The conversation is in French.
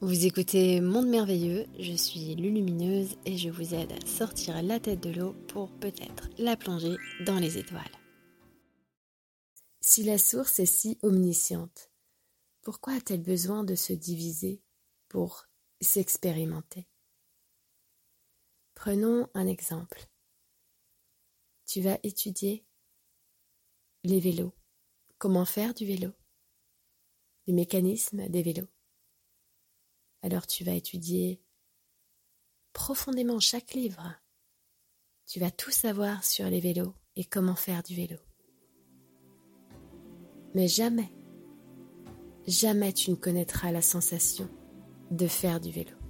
Vous écoutez Monde Merveilleux, je suis Lulumineuse et je vous aide à sortir la tête de l'eau pour peut-être la plonger dans les étoiles. Si la source est si omnisciente, pourquoi a-t-elle besoin de se diviser pour s'expérimenter? Prenons un exemple. Tu vas étudier les vélos, comment faire du vélo, les mécanismes des vélos. Alors tu vas étudier profondément chaque livre. Tu vas tout savoir sur les vélos et comment faire du vélo. Mais jamais tu ne connaîtras la sensation de faire du vélo.